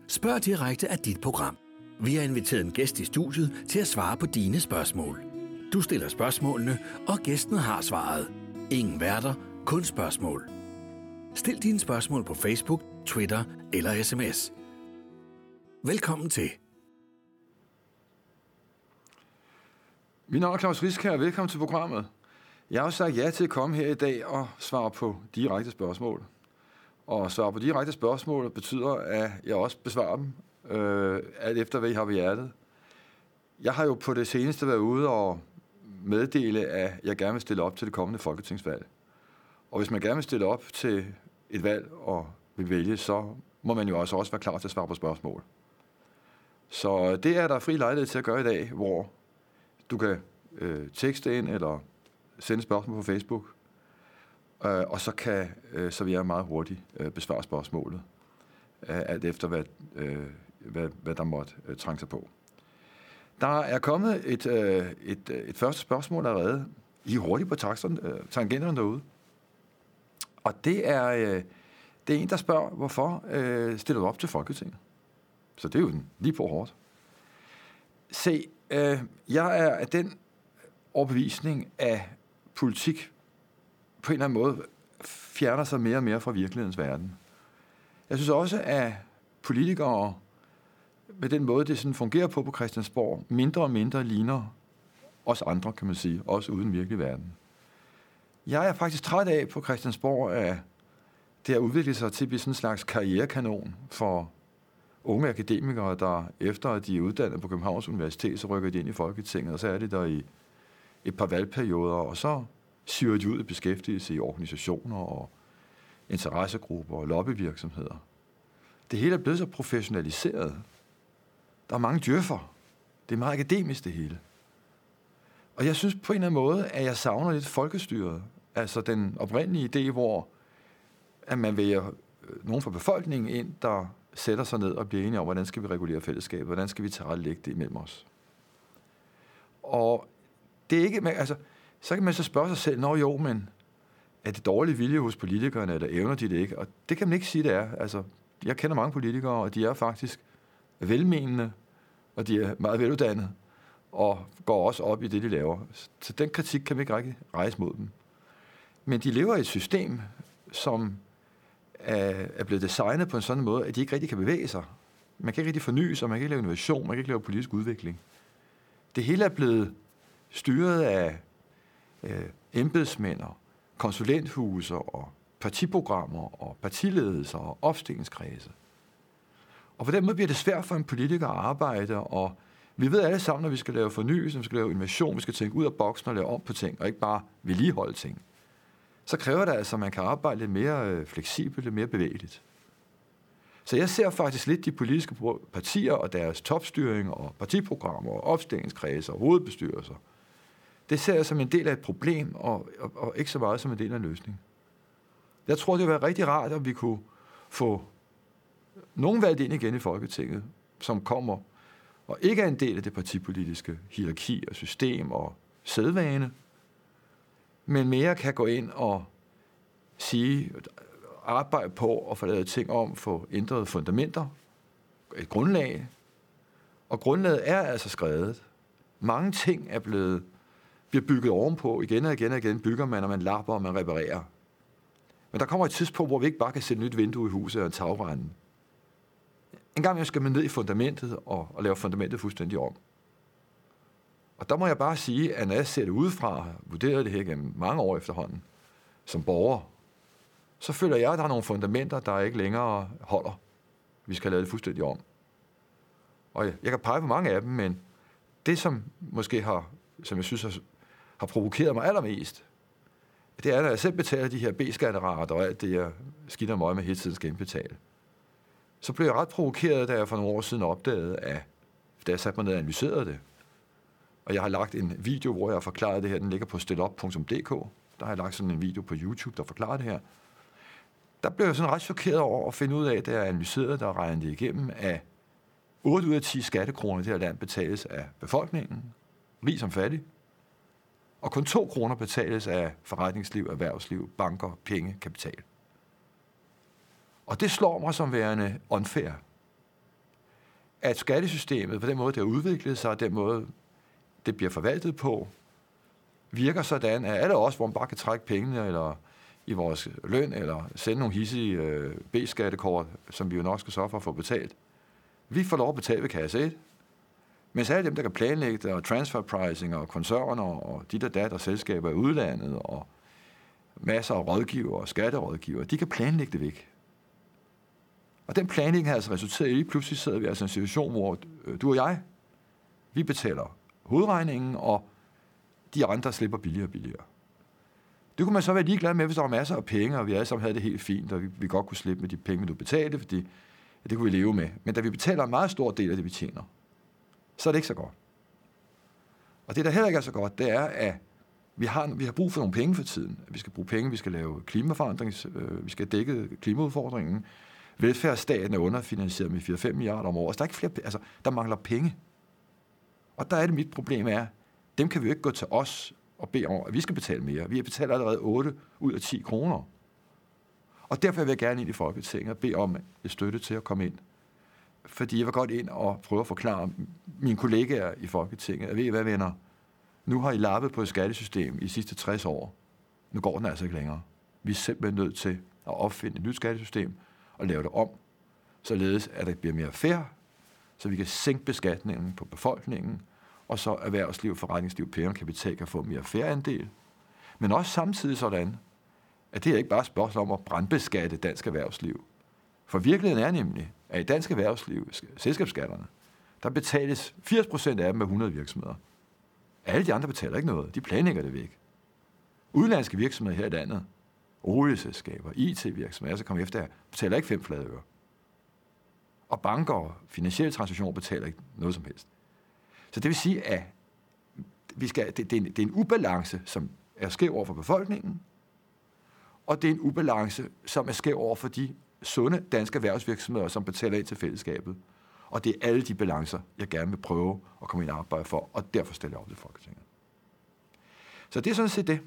Spørg direkte af dit program. Vi har inviteret en gæst i studiet til at svare på dine spørgsmål. Du stiller spørgsmålene, og gæsten har svaret. Ingen værter, kun spørgsmål. Stil dine spørgsmål på Facebook, Twitter eller sms. Velkommen til. Mit navn er Claus Riskær, og velkommen til programmet. Jeg har jo sagt ja til at komme her i dag og svare på direkte spørgsmål. Og svare på direkte spørgsmål betyder, at jeg også besvarer dem, alt efter hvad I har ved hjertet. Jeg har jo på det seneste været ude og meddele, at jeg gerne vil stille op til det kommende folketingsvalg. Og hvis man gerne vil stille op til et valg og vil vælge, så må man jo også være klar til at svare på spørgsmål. Så det er der fri lejlighed til at gøre i dag, hvor du kan tekste ind eller sende spørgsmål på Facebook, og så vil jeg meget hurtigt besvare spørgsmålet, alt efter hvad der måtte trænge sig på. Der er kommet et første spørgsmål allerede. I er hurtigt på tangenterne derude. Og det er en, der spørger, hvorfor stiller du op til Folketinget? Så det er jo lige på hårdt. Se, jeg er af den overbevisning af politik på en eller anden måde fjerner sig mere og mere fra virkelighedens verden. Jeg synes også, at politikere med den måde, det sådan fungerer på Christiansborg, mindre og mindre ligner os andre, kan man sige, også uden virkelig verden. Jeg er faktisk træt af på Christiansborg, at det har udviklet sig til at blive sådan en slags karrierekanon for unge akademikere, der efter at de er uddannet på Københavns Universitet, så rykker de ind i Folketinget, og så er de der i et par valgperioder, og så syrer de ud i beskæftigelse i organisationer og interessegrupper og lobbyvirksomheder. Det hele er blevet så professionaliseret. Der er mange djøffer. Det er meget akademisk, det hele. Og jeg synes på en eller anden måde, at jeg savner lidt folkestyret. Altså den oprindelige idé, hvor at man vælger nogen fra befolkningen ind, der sætter sig ned og bliver enige om, hvordan skal vi regulere fællesskabet, hvordan skal vi tilrettelægge det imellem os. Og det er ikke, altså, så kan man så spørge sig selv, men er det dårlig vilje hos politikerne, eller evner de det ikke? Og det kan man ikke sige, det er. Altså, jeg kender mange politikere, og de er faktisk velmenende, og de er meget veluddannede, og går også op i det, de laver. Så den kritik kan man ikke rigtig rejse mod dem. Men de lever i et system, som er blevet designet på en sådan måde, at de ikke rigtig kan bevæge sig. Man kan ikke rigtig forny sig, man kan ikke lave innovation, man kan ikke lave politisk udvikling. Det hele er blevet styret af embedsmænd og konsulenthuse og partiprogrammer og partiledelser og opstillingskredse. Og på den måde bliver det svært for en politiker at arbejde, og vi ved alle sammen, når vi skal lave fornyelse, vi skal lave innovation, vi skal tænke ud af boksen og lave om på ting, og ikke bare vedligeholde ting. Så kræver det altså, at man kan arbejde lidt mere fleksibelt, lidt mere bevægeligt. Så jeg ser faktisk lidt de politiske partier og deres topstyring og partiprogrammer og opstillingskredse og hovedbestyrelser. Det ser jeg som en del af et problem, og ikke så meget som en del af en løsning. Jeg tror, det ville være rigtig rart, at vi kunne få nogen valgt ind igen i Folketinget, som kommer og ikke er en del af det partipolitiske hierarki og system og sædvane, men mere kan gå ind og sige, arbejde på at få lavet ting om, få ændrede fundamenter, et grundlag, og grundlaget er altså skrevet. Mange ting bliver bygget ovenpå, igen og igen og igen bygger man, og man lapper, og man reparerer. Men der kommer et tidspunkt, hvor vi ikke bare kan sætte et nyt vindue i huset og en tagrende. En gang skal man ned i fundamentet og lave fundamentet fuldstændig om. Og der må jeg bare sige, at når jeg ser det udefra, og har vurderet det her gennem mange år efterhånden, som borger, så føler jeg, at der er nogle fundamenter, der ikke længere holder. Vi skal lave det fuldstændig om. Og jeg kan pege på mange af dem, men det, som måske som jeg synes har provokeret mig allermest, det er, når jeg selv betaler de her B-skatterater og alt det, jeg skidt og møg med hele tiden skal indbetale. Så blev jeg ret provokeret, da jeg for nogle år siden opdagede, da jeg satte mig ned og analyserede det. Og jeg har lagt en video, hvor jeg har forklaret det her. Den ligger på stilup.dk. Der har jeg lagt sådan en video på YouTube, der forklarer det her. Der blev jeg sådan ret chokeret over at finde ud af, da jeg analyserede det og regnede det igennem, at 8 ud af 10 skattekroner i det her land betales af befolkningen, rig som fattig, og kun 2 kroner betales af forretningsliv, erhvervsliv, banker, penge, kapital. Og det slår mig som værende unfair. at skattesystemet, på den måde, det har udviklet sig, og den måde, det bliver forvaltet på, virker sådan, at alle os, hvor man bare kan trække pengene, eller i vores løn, eller sende nogle hissige B-skattekort, som vi jo nok skal sørge for at få betalt, vi får lov at betale ved kasse 1. Mens alle dem, der kan planlægge det, og transfer pricing, og koncerner, og dit og dat, og selskaber i udlandet, og masser af rådgivere og skatterådgivere, de kan planlægge det væk. Og den planlægning har altså resulteret i, pludselig sidder vi altså i en situation, hvor du og jeg, vi betaler hovedregningen, og de andre slipper billigere og billigere. Det kunne man så være ligeglad med, hvis der var masser af penge, og vi alle sammen havde det helt fint, og vi godt kunne slippe med de penge, du betalte, fordi det kunne vi leve med. Men da vi betaler en meget stor del af det, vi tjener, så er det ikke så godt. Og det, der heller ikke er så godt, det er, at vi har brug for nogle penge for tiden. Vi skal bruge penge, vi skal lave vi skal dække klimaudfordringen. Velfærdsstaten er underfinansieret med 4-5 milliarder om året. Så der er ikke flere, der mangler penge. Og der er det mit problem er, dem kan vi jo ikke gå til os og bede om, at vi skal betale mere. Vi betaler allerede 8 ud af 10 kroner. Og derfor vil jeg gerne ind i Folketinget og bede om et støtte til at komme ind. Fordi jeg vil godt ind og prøve at forklare mine kollegaer i Folketinget, at ved I hvad, venner, nu har I lappet på et skattesystem i de sidste 60 år. Nu går den altså ikke længere. Vi er simpelthen nødt til at opfinde et nyt skattesystem og lave det om, således at det bliver mere fair, så vi kan sænke beskatningen på befolkningen, og så erhvervsliv, forretningsliv, penge og kapital kan få mere fair andel. Men også samtidig sådan, at det er ikke bare et spørgsmål om at brandbeskatte dansk erhvervsliv. For virkeligheden er nemlig, at i dansk erhvervsliv, selskabsskatterne, der betales 80% af dem af 100 virksomheder. Alle de andre betaler ikke noget. De planlægger det væk. Udenlandske virksomheder her i landet, olieselskaber, IT-virksomheder, så kommer efter, betaler ikke 5 flade øre. Og banker og finansielle transaktioner betaler ikke noget som helst. Så det vil sige, at det er en ubalance, som er skæv over for befolkningen, og det er en ubalance, som er skæv over for de sunde danske erhvervsvirksomheder, som betaler ind til fællesskabet. Og det er alle de balancer, jeg gerne vil prøve at komme ind og arbejde for, og derfor stiller jeg op til Folketinget. Så det er sådan set det.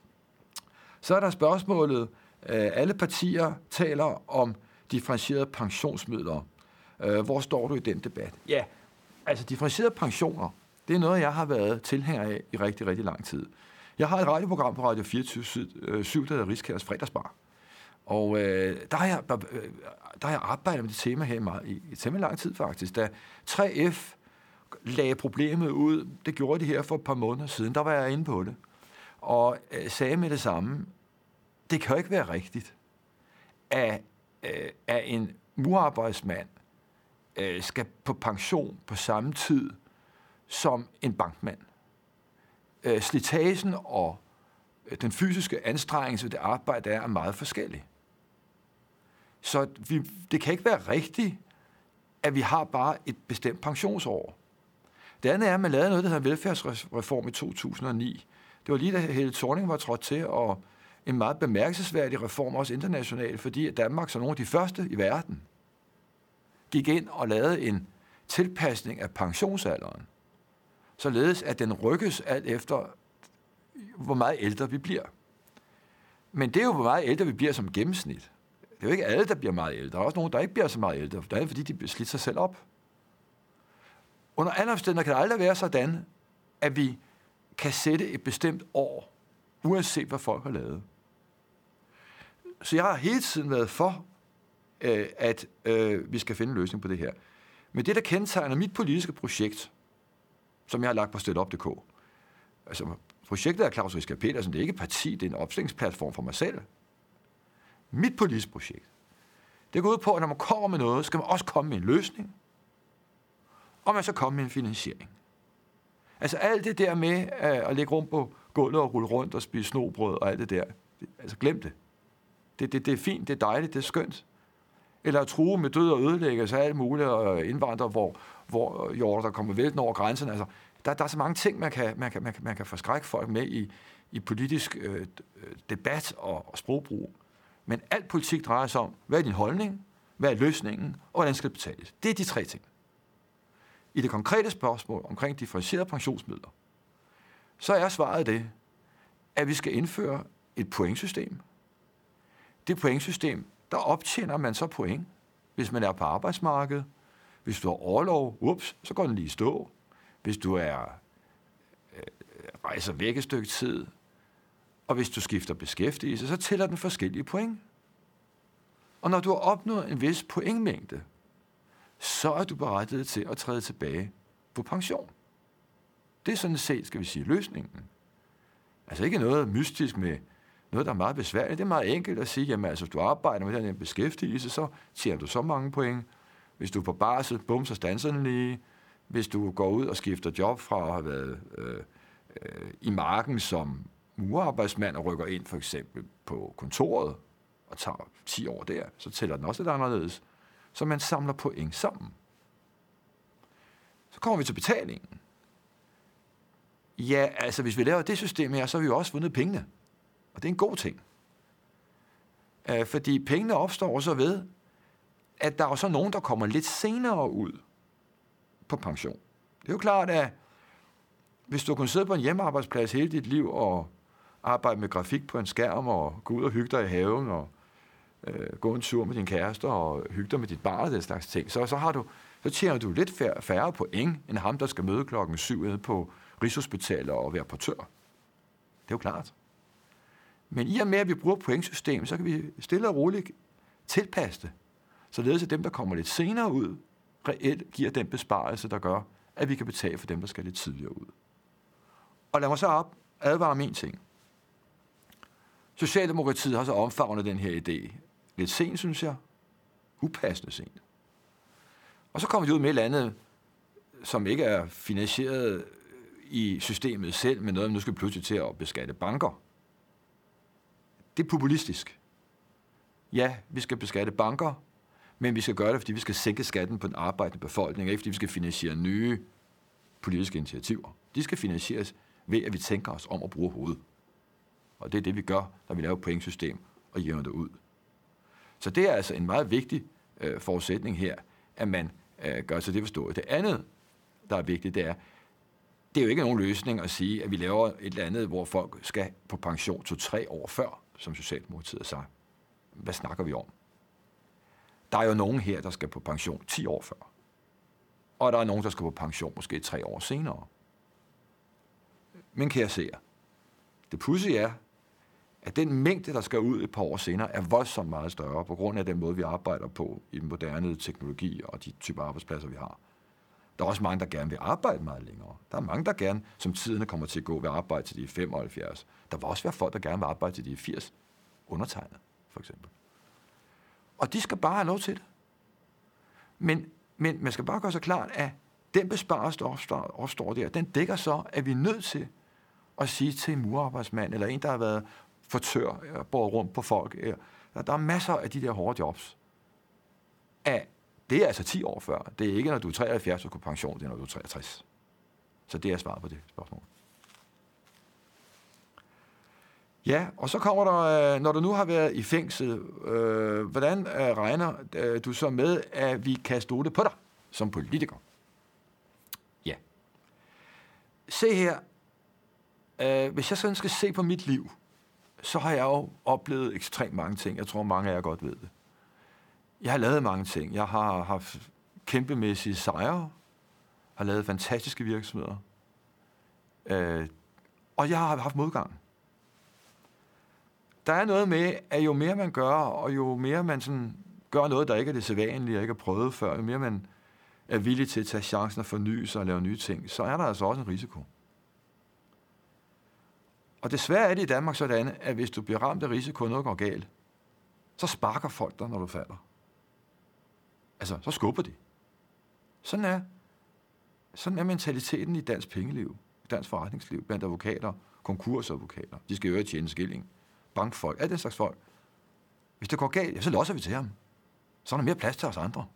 Så er der spørgsmålet, alle partier taler om differentierede pensionsmidler. Hvor står du i den debat? Ja, altså differentierede pensioner, det er noget, jeg har været tilhænger af i rigtig, rigtig lang tid. Jeg har et radioprogram på Radio 24/7, der hedder Riskærs Fredagsbar. Og der har jeg arbejdet med det tema her i temmelig lang tid faktisk. Da 3F lagde problemet ud, det gjorde de her for et par måneder siden, der var jeg inde på det, og sagde med det samme, det kan jo ikke være rigtigt, at en murarbejdsmand skal på pension på samme tid som en bankmand. Slitagen og den fysiske anstrengelse, det arbejde er meget forskellig. Så det kan ikke være rigtigt, at vi har bare et bestemt pensionsår. Det andet er, at man lavede noget, der hedder velfærdsreform i 2009. Det var lige da Helle Thorning var trådt til, og en meget bemærkelsesværdig reform også internationalt, fordi Danmark, som nogle af de første i verden, gik ind og lavede en tilpasning af pensionsalderen, således at den rykkes alt efter, hvor meget ældre vi bliver. Men det er jo, hvor meget ældre vi bliver som gennemsnit. Det er jo ikke alle, der bliver meget ældre. Der er også nogen, der ikke bliver så meget ældre, for det er fordi, de bliver slidt sig selv op. Under alle omstændigheder kan det aldrig være sådan, at vi kan sætte et bestemt år, uanset hvad folk har lavet. Så jeg har hele tiden været for, at vi skal finde en løsning på det her. Men det, der kendetegner mit politiske projekt, som jeg har lagt på støtup.dk, altså projektet er Claus Riskær Pedersen, det er ikke et parti, det er en opstillingsplatform for mig selv. Mit politiske projekt, det går ud på, at når man kommer med noget, skal man også komme med en løsning, og man så komme med en finansiering. Altså alt det der med at ligge rundt på gulvet og rulle rundt og spise snobrød og alt det der, altså glem det. Det er fint, det er dejligt, det er skønt. Eller at true med død og ødelæggelse af alt muligt, og indvandrere, hvor jorder, der kommer vælten over grænsen. Altså, der er så mange ting, man kan forskrække folk med i politisk debat og sprogbrug. Men alt politik drejer sig om, hvad er din holdning, hvad er løsningen, og hvordan skal det betales. Det er de 3 ting. I det konkrete spørgsmål omkring differentierede pensionsmidler, så er svaret det, at vi skal indføre et pointsystem. Det pointsystem, der optjener man så point, hvis man er på arbejdsmarkedet, Hvis du har orlov, så går den lige i stå. Hvis du rejser væk et stykke tid, og hvis du skifter beskæftigelse, så tæller den forskellige point. Og når du har opnået en vis pointmængde, så er du berettiget til at træde tilbage på pension. Det er sådan set, skal vi sige, løsningen. Altså ikke noget mystisk med noget, der er meget besværligt. Det er meget enkelt at sige, jamen altså, hvis du arbejder med den her beskæftigelse, så tjener du så mange point. Hvis du er på barsel, så standser den lige. Hvis du går ud og skifter job fra at have været i marken som murarbejdsmand og rykker ind for eksempel på kontoret og tager 10 år der, så tæller den også lidt anderledes. Så man samler point sammen. Så kommer vi til betalingen. Ja, altså hvis vi laver det system her, så har vi jo også vundet pengene. Og det er en god ting. Fordi pengene opstår så ved, at der er så nogen, der kommer lidt senere ud på pension. Det er jo klart, at hvis du kunne sidde på en hjemmearbejdsplads hele dit liv og arbejde med grafik på en skærm og gå ud og hygge dig i haven og gå en tur med din kæreste og hygge dig med dit barn og den slags ting, så tjener du lidt færre point end ham, der skal møde 7:00 på Rigshospitalet og være portør. Det er jo klart. Men i og med, at vi bruger pointsystem, så kan vi stille og roligt tilpasse det, således at dem, der kommer lidt senere ud, reelt giver den besparelse, der gør, at vi kan betale for dem, der skal lidt tidligere ud. Og lad mig så advare om en ting. Socialdemokratiet har så omfavnet den her idé. Lidt sent, synes jeg. Upassende sent. Og så kommer de ud med et eller andet, som ikke er finansieret i systemet selv, men noget, man nu skal pludselig til at beskatte banker. Det er populistisk. Ja, vi skal beskatte banker, men vi skal gøre det, fordi vi skal sænke skatten på den arbejdende befolkning, ikke fordi vi skal finansiere nye politiske initiativer. De skal finansieres ved, at vi tænker os om at bruge hovedet. Og det er det, vi gør, når vi laver et pointsystem og jævner det ud. Så det er altså en meget vigtig forudsætning her, at man gør sig det forstået. Det andet, der er vigtigt, det er jo ikke nogen løsning at sige, at vi laver et eller andet, hvor folk skal på pension 2-3 år før, som Socialdemokratiet har sagt. Hvad snakker vi om? Der er jo nogen her, der skal på pension 10 år før. Og der er nogen, der skal på pension måske 3 år senere. Men kære seere, det pudsige er, at den mængde, der skal ud et par år senere, er voldsomt meget større på grund af den måde, vi arbejder på i den moderne teknologi og de typer arbejdspladser, vi har. Der er også mange, der gerne vil arbejde meget længere. Der er mange, der gerne, som tiderne kommer til at gå, vil arbejde til de er 75. Der vil også være folk, der gerne vil arbejde til de er 80. Undertegnet, for eksempel. Og de skal bare have lov til det. Men man skal bare gøre sig klart, at den besparelse, der opstår der, den dækker så, at vi er nødt til at sige til en murarbejdsmand, eller en, der har været fortør, bor rundt på folk. Der er masser af de der hårde jobs. At det er altså 10 år før. Det er ikke, når du er 73, du går på pension, det er, når du er 63. Så det er svaret på det spørgsmål. Ja, og så kommer der, når du nu har været i fængsel, hvordan regner du så med, at vi kan stole på dig som politiker? Ja. Se her. Hvis jeg sådan skal se på mit liv, så har jeg jo oplevet ekstremt mange ting. Jeg tror, mange af jer godt ved det. Jeg har lavet mange ting. Jeg har haft kæmpemæssige sejre, har lavet fantastiske virksomheder, og jeg har haft modgang. Der er noget med, at jo mere man gør, og jo mere man sådan gør noget, der ikke er det sædvanlige, og ikke er prøvet før, jo mere man er villig til at tage chancen at forny sig og lave nye ting, så er der altså også en risiko. Og desværre er det i Danmark sådan, at hvis du bliver ramt af risiko, og noget går galt, så sparker folk dig, når du falder. Altså, så skubber de. Sådan er mentaliteten i dansk pengeliv, i dansk forretningsliv, blandt advokater, konkursadvokater. De skal jo tjene skilling. Bankfolk, alt den slags folk. Hvis det går galt, så losser vi til ham. Så er der mere plads til os andre.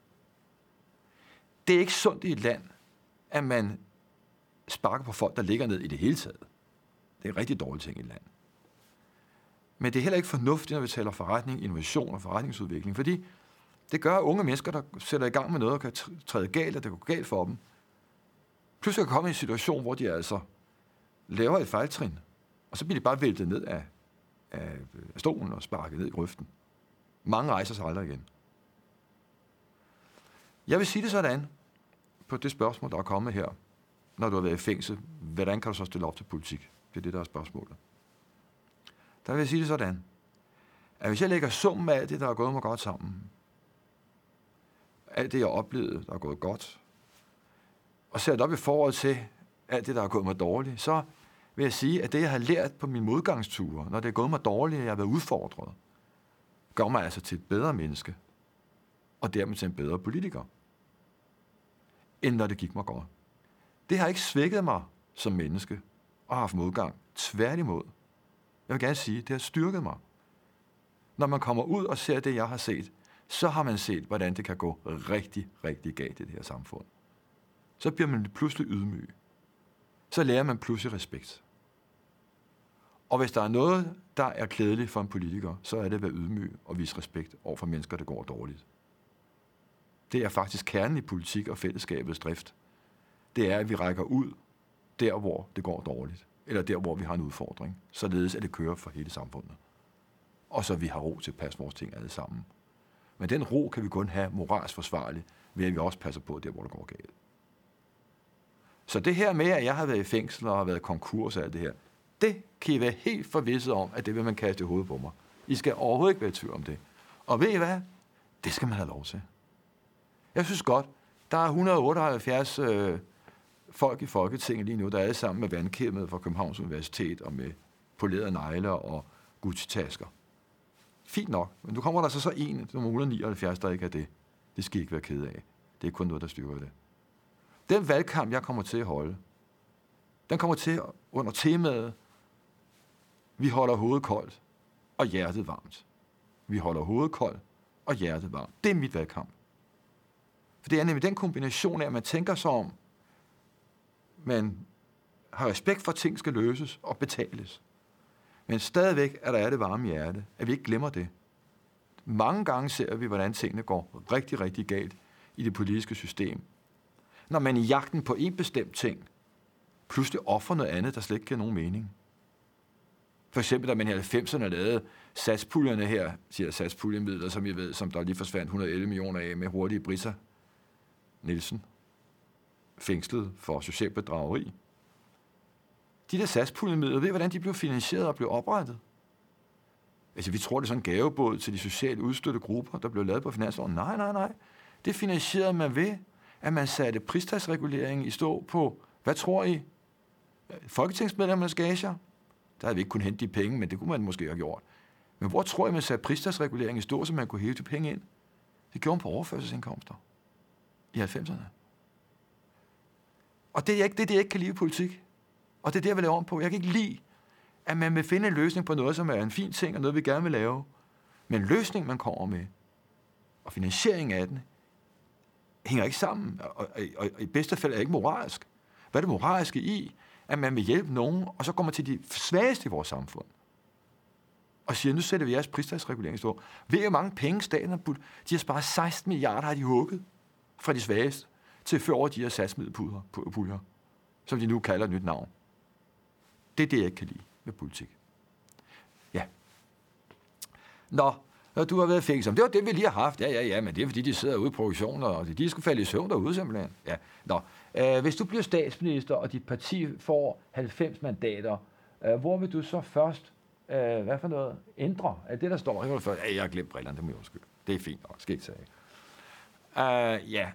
Det er ikke sundt i et land, at man sparker på folk, der ligger ned i det hele taget. Det er en rigtig dårlig ting i et land. Men det er heller ikke fornuftigt, når vi taler forretning, innovation og forretningsudvikling, fordi det gør, at unge mennesker, der sætter i gang med noget, og kan træde galt, og det går galt for dem, pludselig kan komme i en situation, hvor de altså laver et fejltrin, og så bliver de bare væltet ned af stolen og sparket ned i grøften. Mange rejser sig aldrig igen. Jeg vil sige det sådan, på det spørgsmål, der er kommet her, når du har været i fængsel, hvordan kan du så stille op til politik? Det er det, der er spørgsmålet. Der vil jeg sige det sådan, at hvis jeg lægger summen af alt det, der er gået mig godt sammen, alt det, jeg oplevede, der er gået godt, og ser det op i forhold til alt det, der er gået mig dårligt, så vil jeg sige, at det, jeg har lært på mine modgangsture, når det er gået mig dårligt, og jeg har været udfordret, gør mig altså til et bedre menneske, og dermed til en bedre politiker, end når det gik mig godt. Det har ikke svækket mig som menneske, og har haft modgang. Tværtimod. Jeg vil gerne sige, det har styrket mig. Når man kommer ud og ser det, jeg har set, så har man set, hvordan det kan gå rigtig, rigtig galt i det her samfund. Så bliver man pludselig ydmyg. Så lærer man pludselig respekt. Og hvis der er noget, der er klædeligt for en politiker, så er det at være ydmyg og vise respekt over for mennesker, der går dårligt. Det er faktisk kernen i politik og fællesskabets drift. Det er, at vi rækker ud der, hvor det går dårligt. Eller der, hvor vi har en udfordring. Således at det kører for hele samfundet. Og så vi har ro til at passe vores ting alle sammen. Men den ro kan vi kun have moralsk forsvarligt, ved at vi også passer på der, hvor det går galt. Så det her med, at jeg har været i fængsel og har været konkurs og alt det her, det kan I være helt forvisset om, at det vil man kaste i hovedet på mig. I skal overhovedet ikke være i tvivl om det. Og ved I hvad? Det skal man have lov til. Jeg synes godt, der er 178 folk i Folketinget lige nu, der er alle sammen med vandkæmmet fra Københavns Universitet og med polerede negler og Gucci-tasker. Fint nok, men nu kommer der så en, som 179, der ikke er det. Det skal I ikke være ked af. Det er kun noget, der styrer det. Den valgkamp, jeg kommer til at holde, den kommer til under temaet, vi holder hovedet koldt og hjertet varmt. Vi holder hovedet koldt og hjertet varmt. Det er mit valgkamp. For det er nemlig den kombination af, at man tænker sig om, man har respekt for, at ting skal løses og betales. Men stadigvæk er der det varme hjerte, at vi ikke glemmer det. Mange gange ser vi, hvordan tingene går rigtig, rigtig galt i det politiske system. Når man i jagten på en bestemt ting, pludselig offer noget andet, der slet ikke giver nogen mening. For eksempel, da man i 90'erne lavede satspuljerne her, siger satspuljemidler, som I ved, som der lige forsvandt 111 millioner af med hurtige Britta Nielsen, fængslet for socialt bedrageri. De der satspuljemidler, ved I, hvordan de blev finansieret og blev oprettet? Altså, vi tror, det er sådan en gavebåd til de socialt udstødte grupper, der blev lavet på finansloven. Nej. Det finansierede man ved, at man satte pristalsreguleringen i stå på, hvad tror I? Folketingsmedlemmernes gager? Der havde vi ikke kunnet hente de penge, men det kunne man måske have gjort. Men hvor tror I, man satte pristalsreguleringen i stå, så man kunne hæve de penge ind? Det gjorde man på overførselsindkomster i 90'erne. Og det er det, jeg ikke kan lide i politik. Og det er det, jeg vil lave om på. Jeg kan ikke lide, at man vil finde en løsning på noget, som er en fin ting, og noget, vi gerne vil lave. Men løsningen, man kommer med, og finansieringen af den, hænger ikke sammen. Og i bedste fald er det ikke moralsk. Hvad er det moralske i, at man vil hjælpe nogen, og så går man til de svageste i vores samfund, og siger, nu sætter vi jeres pristalsregulering i stå. Ved I, hvor mange penge staten har budt? De har sparet 16 milliarder, har de hugget fra de svageste, til at føre over de her satsmiddelpuljer, som de nu kalder et nyt navn. Det er det, jeg ikke kan lide med politik. Ja. Nå, du har været fængsel. Det var det, vi lige har haft. Ja, men det er, fordi de sidder ude i produktionen, og de skal falde i søvn derude simpelthen. Ja. Nå. Hvis du bliver statsminister, og dit parti får 90 mandater, hvor vil du så først, hvad for noget, ændre? Er det, der står? Jeg har glemt brillerne, det må jeg undskylde. Det er fint nok, skal ikke sige. Ja.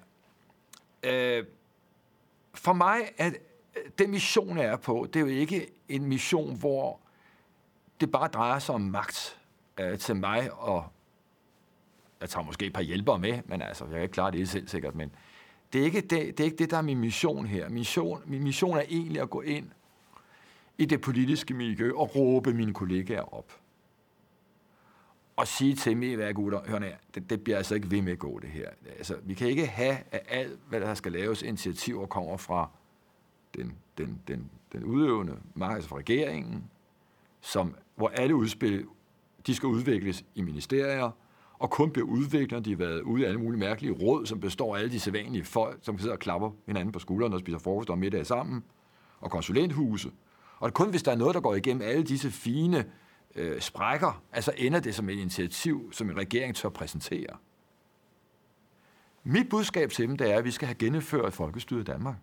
For mig, at den mission, jeg er på, det er jo ikke en mission, hvor det bare drejer sig om magt til mig, og jeg tager måske et par hjælpere med, men altså, jeg kan ikke klare det selv sikkert, men det er ikke det, der er min mission her. Min mission er egentlig at gå ind i det politiske miljø og råbe mine kollegaer op. Og sige til mig, hvad gutter, hør nær, det bliver altså ikke ved med at gå, det her. Altså, vi kan ikke have, at alt, hvad der skal laves, initiativer kommer fra den udøvende magt, altså fra regeringen, hvor alle udspil, de skal udvikles i ministerier, og kun bliver udviklet, når de har været ude i alle mulige mærkelige råd, som består af alle de sædvanlige folk, som sidder og klapper hinanden på skuldrene og spiser frokost og middag sammen, og konsulenthuse. Og kun hvis der er noget, der går igennem alle disse fine sprækker, altså ender det som et initiativ, som en regering tør præsentere. Mit budskab til dem, det er, at vi skal have gennemført folkestyret i Danmark.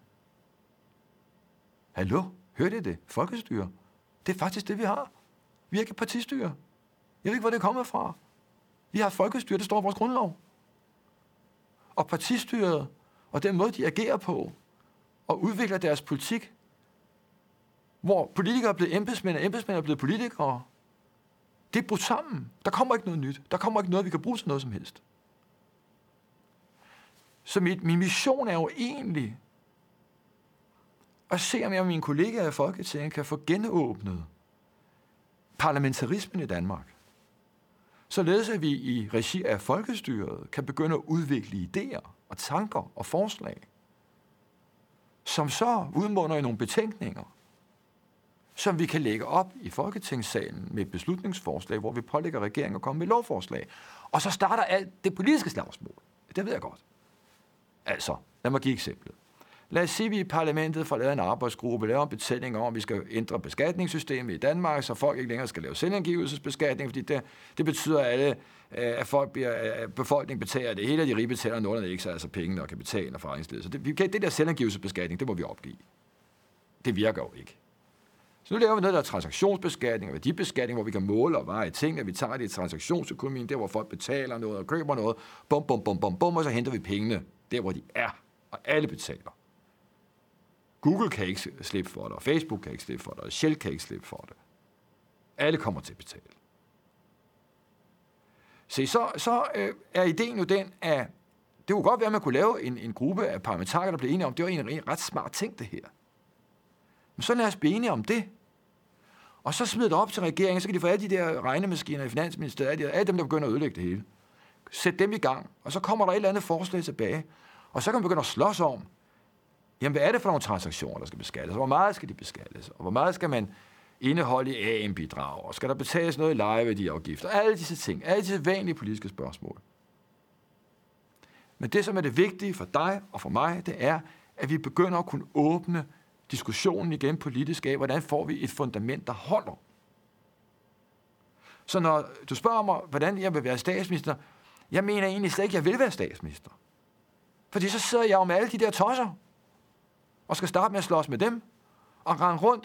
Hallo? Hørte I det? Folkestyre. Det er faktisk det, vi har. Vi har ikke partistyre. Jeg ved ikke, hvor det er kommet fra. Vi har folkestyre, det står i vores grundlov. Og partistyret, og den måde, de agerer på, og udvikler deres politik, hvor politikere er blevet embedsmænd, og embedsmænd er blevet politikere, det er brudt sammen. Der kommer ikke noget nyt. Der kommer ikke noget, vi kan bruge til noget som helst. Så min mission er jo egentlig at se, om jeg og mine kollegaer i Folketinget kan få genåbnet parlamentarismen i Danmark. Således at vi i regi af folkestyret kan begynde at udvikle idéer og tanker og forslag, som så udmunder i nogle betænkninger, som vi kan lægge op i Folketingssalen med beslutningsforslag, hvor vi pålægger regeringen at komme med lovforslag. Og så starter alt det politiske slagsmål. Det ved jeg godt. Altså, lad mig give eksemplet. Lad os sige, at vi i parlamentet får lavet en arbejdsgruppe, laver en betænkning om, at vi skal ændre beskatningssystemet i Danmark, så folk ikke længere skal lave selvangivelsesbeskatning, fordi det betyder, at befolkningen betaler det hele, og de rige betaler noget, der ikke så altså pengene og kapital og forretningslivet. Så det der selvangivelsesbeskatning, det må vi opgive. Det virker jo ikke. Så nu laver vi noget, der er transaktionsbeskatning og værdibeskatning, hvor vi kan måle og veje ting, at vi tager det i transaktionsøkonomien, der hvor folk betaler noget og køber noget, bum, bum, bum, bum, bum, og så henter vi pengene der, hvor de er, og alle betaler. Google kan ikke slippe for det, og Facebook kan ikke slippe for det, og Shell kan ikke slippe for det. Alle kommer til at betale. Så er ideen jo den, at det kunne godt være, at man kunne lave en gruppe af parlamentarikere, der blev enige om, det var en ret smart ting, det her. Men så lad os blive enige om det. Og så smid det op til regeringen, så kan de få alle de der regnemaskiner i Finansministeriet, alle dem, der begynder at ødelægge det hele. Sæt dem i gang, og så kommer der et eller andet forslag tilbage. Og så kan man begynde at slås om, jamen hvad er det for nogle transaktioner, der skal beskattes? Hvor meget skal de beskattes? Og hvor meget skal man indeholde i AM-bidrag? Og skal der betales noget i lejeværdiafgifter? Alle disse ting, alle disse vanlige politiske spørgsmål. Men det, som er det vigtige for dig og for mig, det er, at vi begynder at kunne åbne diskussionen igen politisk af, hvordan får vi et fundament, der holder. Så når du spørger mig, hvordan jeg vil være statsminister, jeg mener egentlig slet ikke, at jeg vil være statsminister. Fordi så sidder jeg jo med alle de der tosser, og skal starte med at slås med dem, og rende rundt.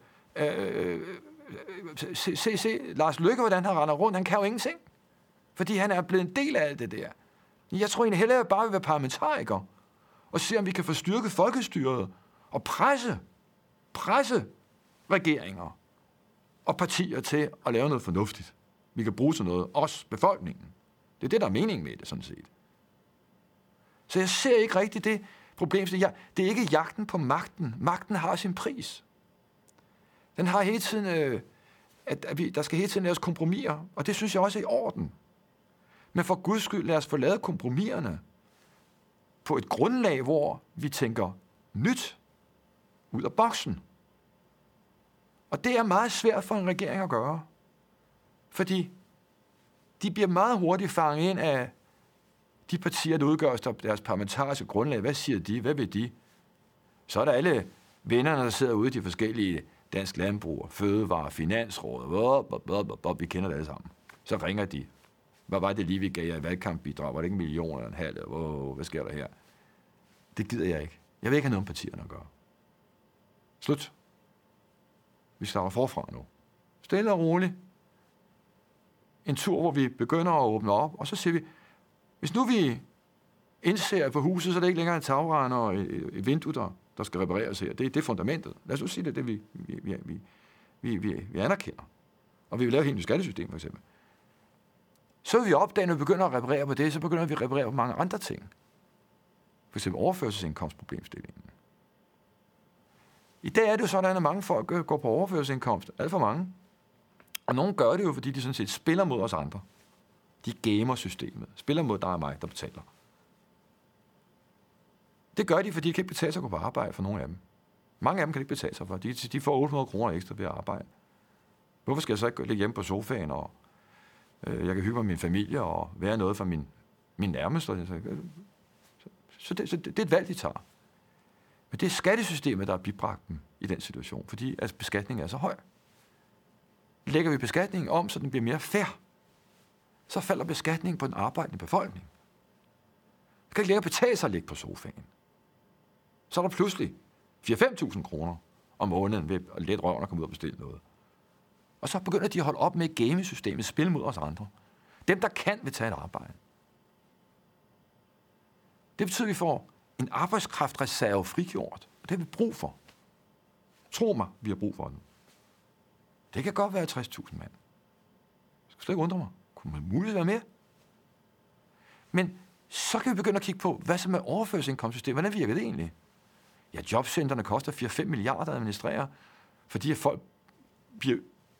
Se Lars Løkke, hvordan han render rundt. Han kan jo ingenting, fordi han er blevet en del af alt det der. Jeg tror egentlig hellere, at jeg bare vil være parlamentariker, og se, om vi kan få styrket folkestyret, og presse regeringer og partier til at lave noget fornuftigt. Vi kan bruge til noget, os befolkningen. Det er det, der er meningen med det, sådan set. Så jeg ser ikke rigtigt det problem. Det er ikke jagten på magten. Magten har sin pris. Den har hele tiden, der skal hele tiden laves kompromiser, og det synes jeg også er i orden. Men for Guds skyld, lad os få lavet kompromiserne på et grundlag, hvor vi tænker nyt ud af boksen. Og det er meget svært for en regering at gøre. Fordi de bliver meget hurtigt fanget ind af de partier, der udgør deres parlamentariske grundlag. Hvad siger de? Hvad vil de? Så er der alle vennerne, der sidder ude i de forskellige dansk landbrug, fødevare, finansråd. Vi kender det alle sammen. Så ringer de. Hvad var det lige, vi gav jer i valgkampbidrag? Var det ikke 1 million eller en halv? Hvad sker der her? Det gider jeg ikke. Jeg vil ikke have noget om partierne at gøre. Slut. Vi starter forfra nu. Stille og roligt. En tur, hvor vi begynder at åbne op, og så siger vi, hvis nu vi indser på huset, så er det ikke længere en tagrende og et vindue, der skal repareres her. Det er fundamentet. Lad os nu sige, det vi anerkender. Og vi vil lave et helt nyt skattesystem, for eksempel. Så vil vi opdage, når vi begynder at reparere på det, så begynder vi at reparere på mange andre ting. For eksempel overførselsindkomstproblemstillingen. I dag er det jo sådan, at mange folk går på overførselsindkomst. Alt for mange. Og nogen gør det jo, fordi de sådan set spiller mod os andre. De gamer systemet. Spiller mod dig og mig, der betaler. Det gør de, fordi de kan ikke betale sig at gå på arbejde for nogle af dem. Mange af dem kan ikke betale sig for. De får 800 kroner ekstra ved at arbejde. Hvorfor skal jeg så ikke ligge hjemme på sofaen, og jeg kan hygge med min familie, og være noget for min nærmeste? Så det er et valg, de tager. Men det er skattesystemet, der har bibragt dem i den situation, fordi altså, beskatningen er så høj. Lægger vi beskatningen om, så den bliver mere fair, så falder beskatningen på den arbejdende befolkning. Det kan ikke længere betale sig at ligge på sofaen. Så er der pludselig 4-5.000 kroner om måneden ved at lette røven og komme ud og bestille noget. Og så begynder de at holde op med gamesystemet, spille mod os andre. Dem, der kan, vil tage et arbejde. Det betyder, at vi får en arbejdskraftreserve frigjort. Og det har vi brug for. Tro mig, vi har brug for den. Det kan godt være 60.000 mand. Det skal slet ikke undre mig. Kunne man muligt være mere? Men så kan vi begynde at kigge på, hvad som er overførselsindkomstsystemet. Hvordan virker det egentlig? Ja, jobcentrene koster 4-5 milliarder at administrere, fordi at folk bliver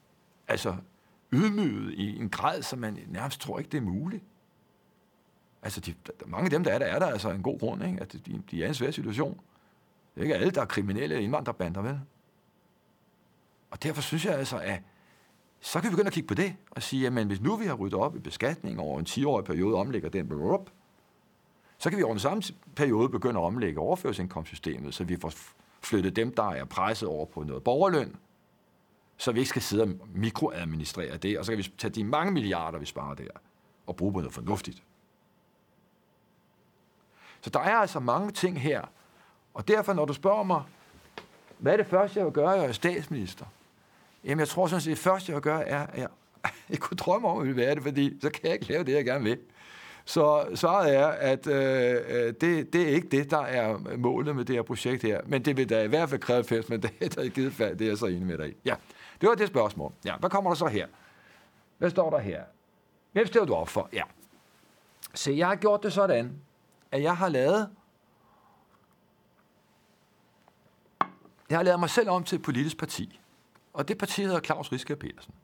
ydmyget i en grad, som man nærmest tror ikke, det er muligt. Altså, mange af dem, der er der altså en god grund, ikke? At de er i en svær situation. Det er ikke alle, der er kriminelle indvandrerbander, vel? Og derfor synes jeg altså, at så kan vi begynde at kigge på det og sige, jamen hvis nu vi har ryddet op i beskatning over en 10-årig periode, omlægger den, så kan vi over den samme periode begynde at omlægge overførselsindkomstsystemet, så vi får flyttet dem, der er presset over på noget borgerløn, så vi ikke skal sidde og mikroadministrere det, og så kan vi tage de mange milliarder, vi sparer der, og bruge på noget fornuftigt. Så der er altså mange ting her, og derfor, når du spørger mig, hvad er det første, jeg vil gøre, jeg er statsminister? Jamen, jeg tror sådan set, det første, jeg vil gøre, er, at jeg ikke kunne drømme om, at jeg vil være det, fordi så kan jeg ikke lave det, jeg gerne vil. Så svaret er, at det er ikke det, der er målet med det her projekt her, men det vil da i hvert fald kræve 80 mandater i givet fald, det er jeg så enig med dig i. Ja, det var det spørgsmål. Ja, hvad kommer der så her? Hvad står der her? Hvem stiller du op for? Ja. Så jeg har gjort det sådan, at jeg har lavet mig selv om til et politisk parti. Og det parti hedder Klaus Riskær Pedersen.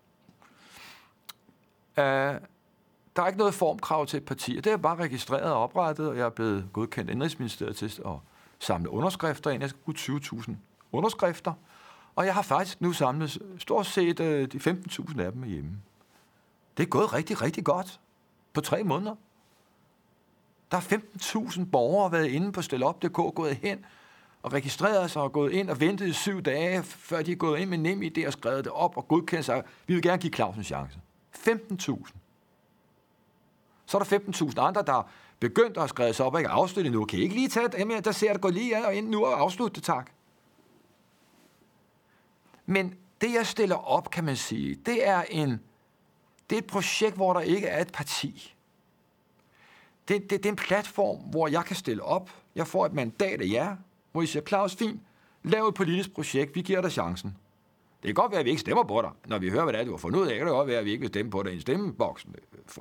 Der er ikke noget formkrav til et parti, og det er bare registreret og oprettet, og jeg er blevet godkendt Indrigsministeriet til at samle underskrifter ind. Jeg skal bruge 20.000 underskrifter, og jeg har faktisk nu samlet stort set de 15.000 af dem hjemme. Det er gået rigtig, rigtig godt på 3 måneder. Der er 15.000 borgere været inde på StilUp.dk, gået hen og registreret sig og gået ind og ventet i 7 dage, før de er gået ind med NemID og skrevet det op og godkendt sig. Vi vil gerne give Claus en chance. 15.000. Så er der 15.000 andre, der begyndt at have skrevet sig op og ikke afslutte nu. Kan I ikke lige tage det? Jamen, der ser det gå lige og ind nu og afslutte det, tak. Men det, jeg stiller op, kan man sige, det er et projekt, hvor der ikke er et parti. Det er en platform, hvor jeg kan stille op. Jeg får et mandat af jer, hvor I siger, Claus, fint, lav et politisk projekt, vi giver dig chancen. Det kan godt være, at vi ikke stemmer på dig, når vi hører, hvad det er, du har fundet ud af. Det kan godt være, at vi ikke vil stemme på dig i en stemmeboksen.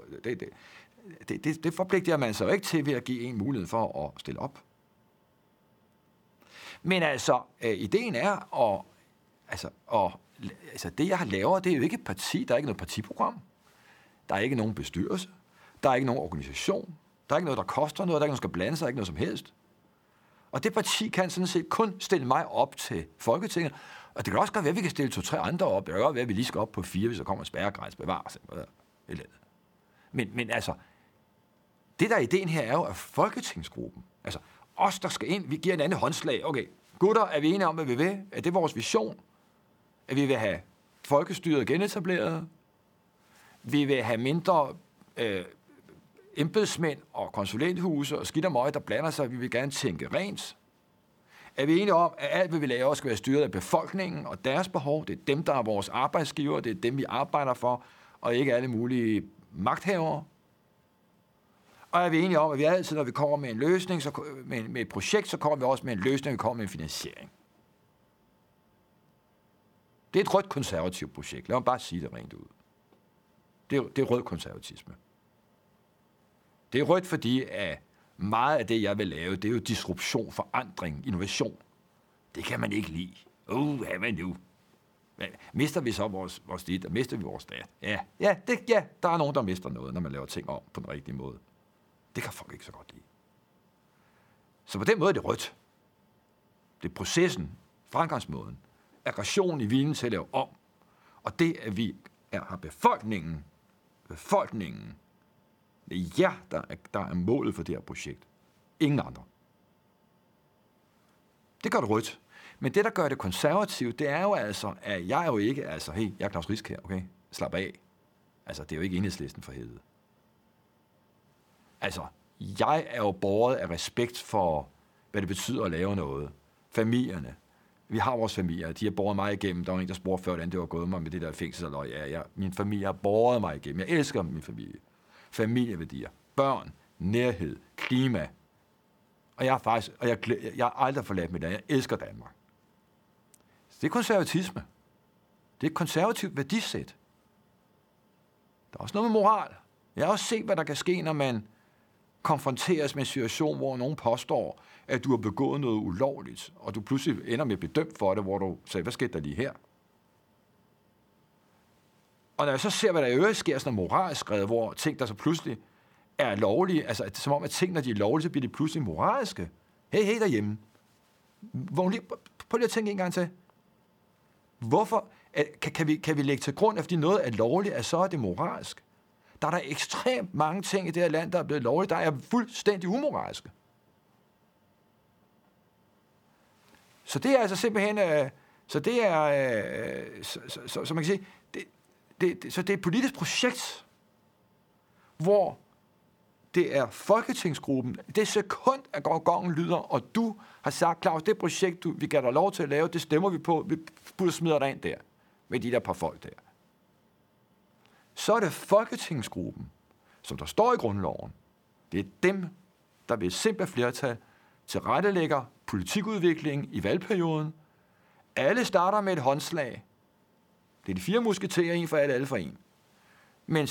Det forpligter man så ikke til ved at give en mulighed for at stille op. Men altså, ideen er, det jeg laver, det er jo ikke et parti, der er ikke noget partiprogram. Der er ikke nogen bestyrelse. Der er ikke nogen organisation. Der er ikke noget, der koster noget. Der er ikke noget, der skal blande sig. Ikke noget som helst. Og det parti kan sådan set kun stille mig op til Folketinget. Og det kan også godt være, at vi kan stille 2-3 andre op. Det kan godt være, at vi lige skal op på 4, hvis der kommer en spærregrænse, bevares. Men altså, det der er ideen her er jo, at Folketingsgruppen, altså os, der skal ind, vi giver en anden håndslag. Okay, gutter, er vi enige om, hvad vi vil? Er det vores vision? At vi vil have folkestyret genetableret? Vi vil have mindre embedsmænd og konsulenthuse og skidt og møg, der blander sig. Vi vil gerne tænke rent. Er vi enige om, at alt, hvad vi laver, skal være styret af befolkningen og deres behov? Det er dem, der er vores arbejdsgiver. Det er dem, vi arbejder for, og ikke alle mulige magthavere. Og er vi enige om, at vi altid, når vi kommer med en løsning, med et projekt, så kommer vi også med en løsning, vi kommer med en finansiering. Det er et rødt konservativt projekt. Lad mig bare sige det rent ud. Det er rød konservatisme. Det er rødt, fordi at meget af det, jeg vil lave, det er jo disruption, forandring, innovation. Det kan man ikke lide. Hvad nu? Mister vi så vores dit, og mister vi vores dat? Ja, der er nogen, der mister noget, når man laver ting om på den rigtige måde. Det kan folk ikke så godt lide. Så på den måde er det rødt. Det er processen, fremgangsmåden, aggression i viljen til at lave om. Og det, at vi har befolkningen, det er jer, der er målet for det her projekt. Ingen andre. Det gør det rødt. Men det, der gør det konservativt, det er jo altså, at jeg er jo ikke, jeg er Klaus Riskær, okay? Slap af. Altså, det er jo ikke Enhedslisten for helvede. Altså, jeg er jo båret af respekt for, hvad det betyder at lave noget. Familierne. Vi har vores familier. De har båret mig igennem. Der var en, der spurgte før, hvordan det var gået mig med det der fængsel. Min familie har båret mig igennem. Jeg elsker min familie. Familieværdier. Børn. Nærhed. Klima. Og jeg har aldrig forladt mit land. Jeg elsker Danmark. Så det er konservatisme. Det er et konservativt værdisæt. Der er også noget med moral. Jeg har også set, hvad der kan ske, når man konfronteres med en situation, hvor nogen påstår, at du har begået noget ulovligt, og du pludselig ender med at blive dømt for det, hvor du siger, hvad skete der lige her? Og når jeg så ser, hvad der i øvrigt sker, sådan noget moralsk skrevet, hvor ting, der så pludselig er lovlige, altså det er som om, at ting, når de er lovlige, så bliver de pludselig moralske. Hey derhjemme. Prøv lige at tænke en gang til. Hvorfor kan vi lægge til grund, at fordi noget er lovligt, at så er det moralsk? Der er der ekstremt mange ting i det her land, der er blevet lovligt, der er fuldstændig umoralske. Så det er altså simpelthen, så man kan sige, så det er et politisk projekt, hvor det er Folketingsgruppen, det sekund, at gongen lyder, og du har sagt, Claus, det projekt, vi gav dig lov til at lave, det stemmer vi på, vi smider dig ind der, med de der par folk der. Så er det Folketingsgruppen, som der står i grundloven. Det er dem, der ved et simpelt flertal tilrettelægger politikudviklingen i valgperioden. Alle starter med et håndslag. Det er de 4 musketerer, en for alle for en. Men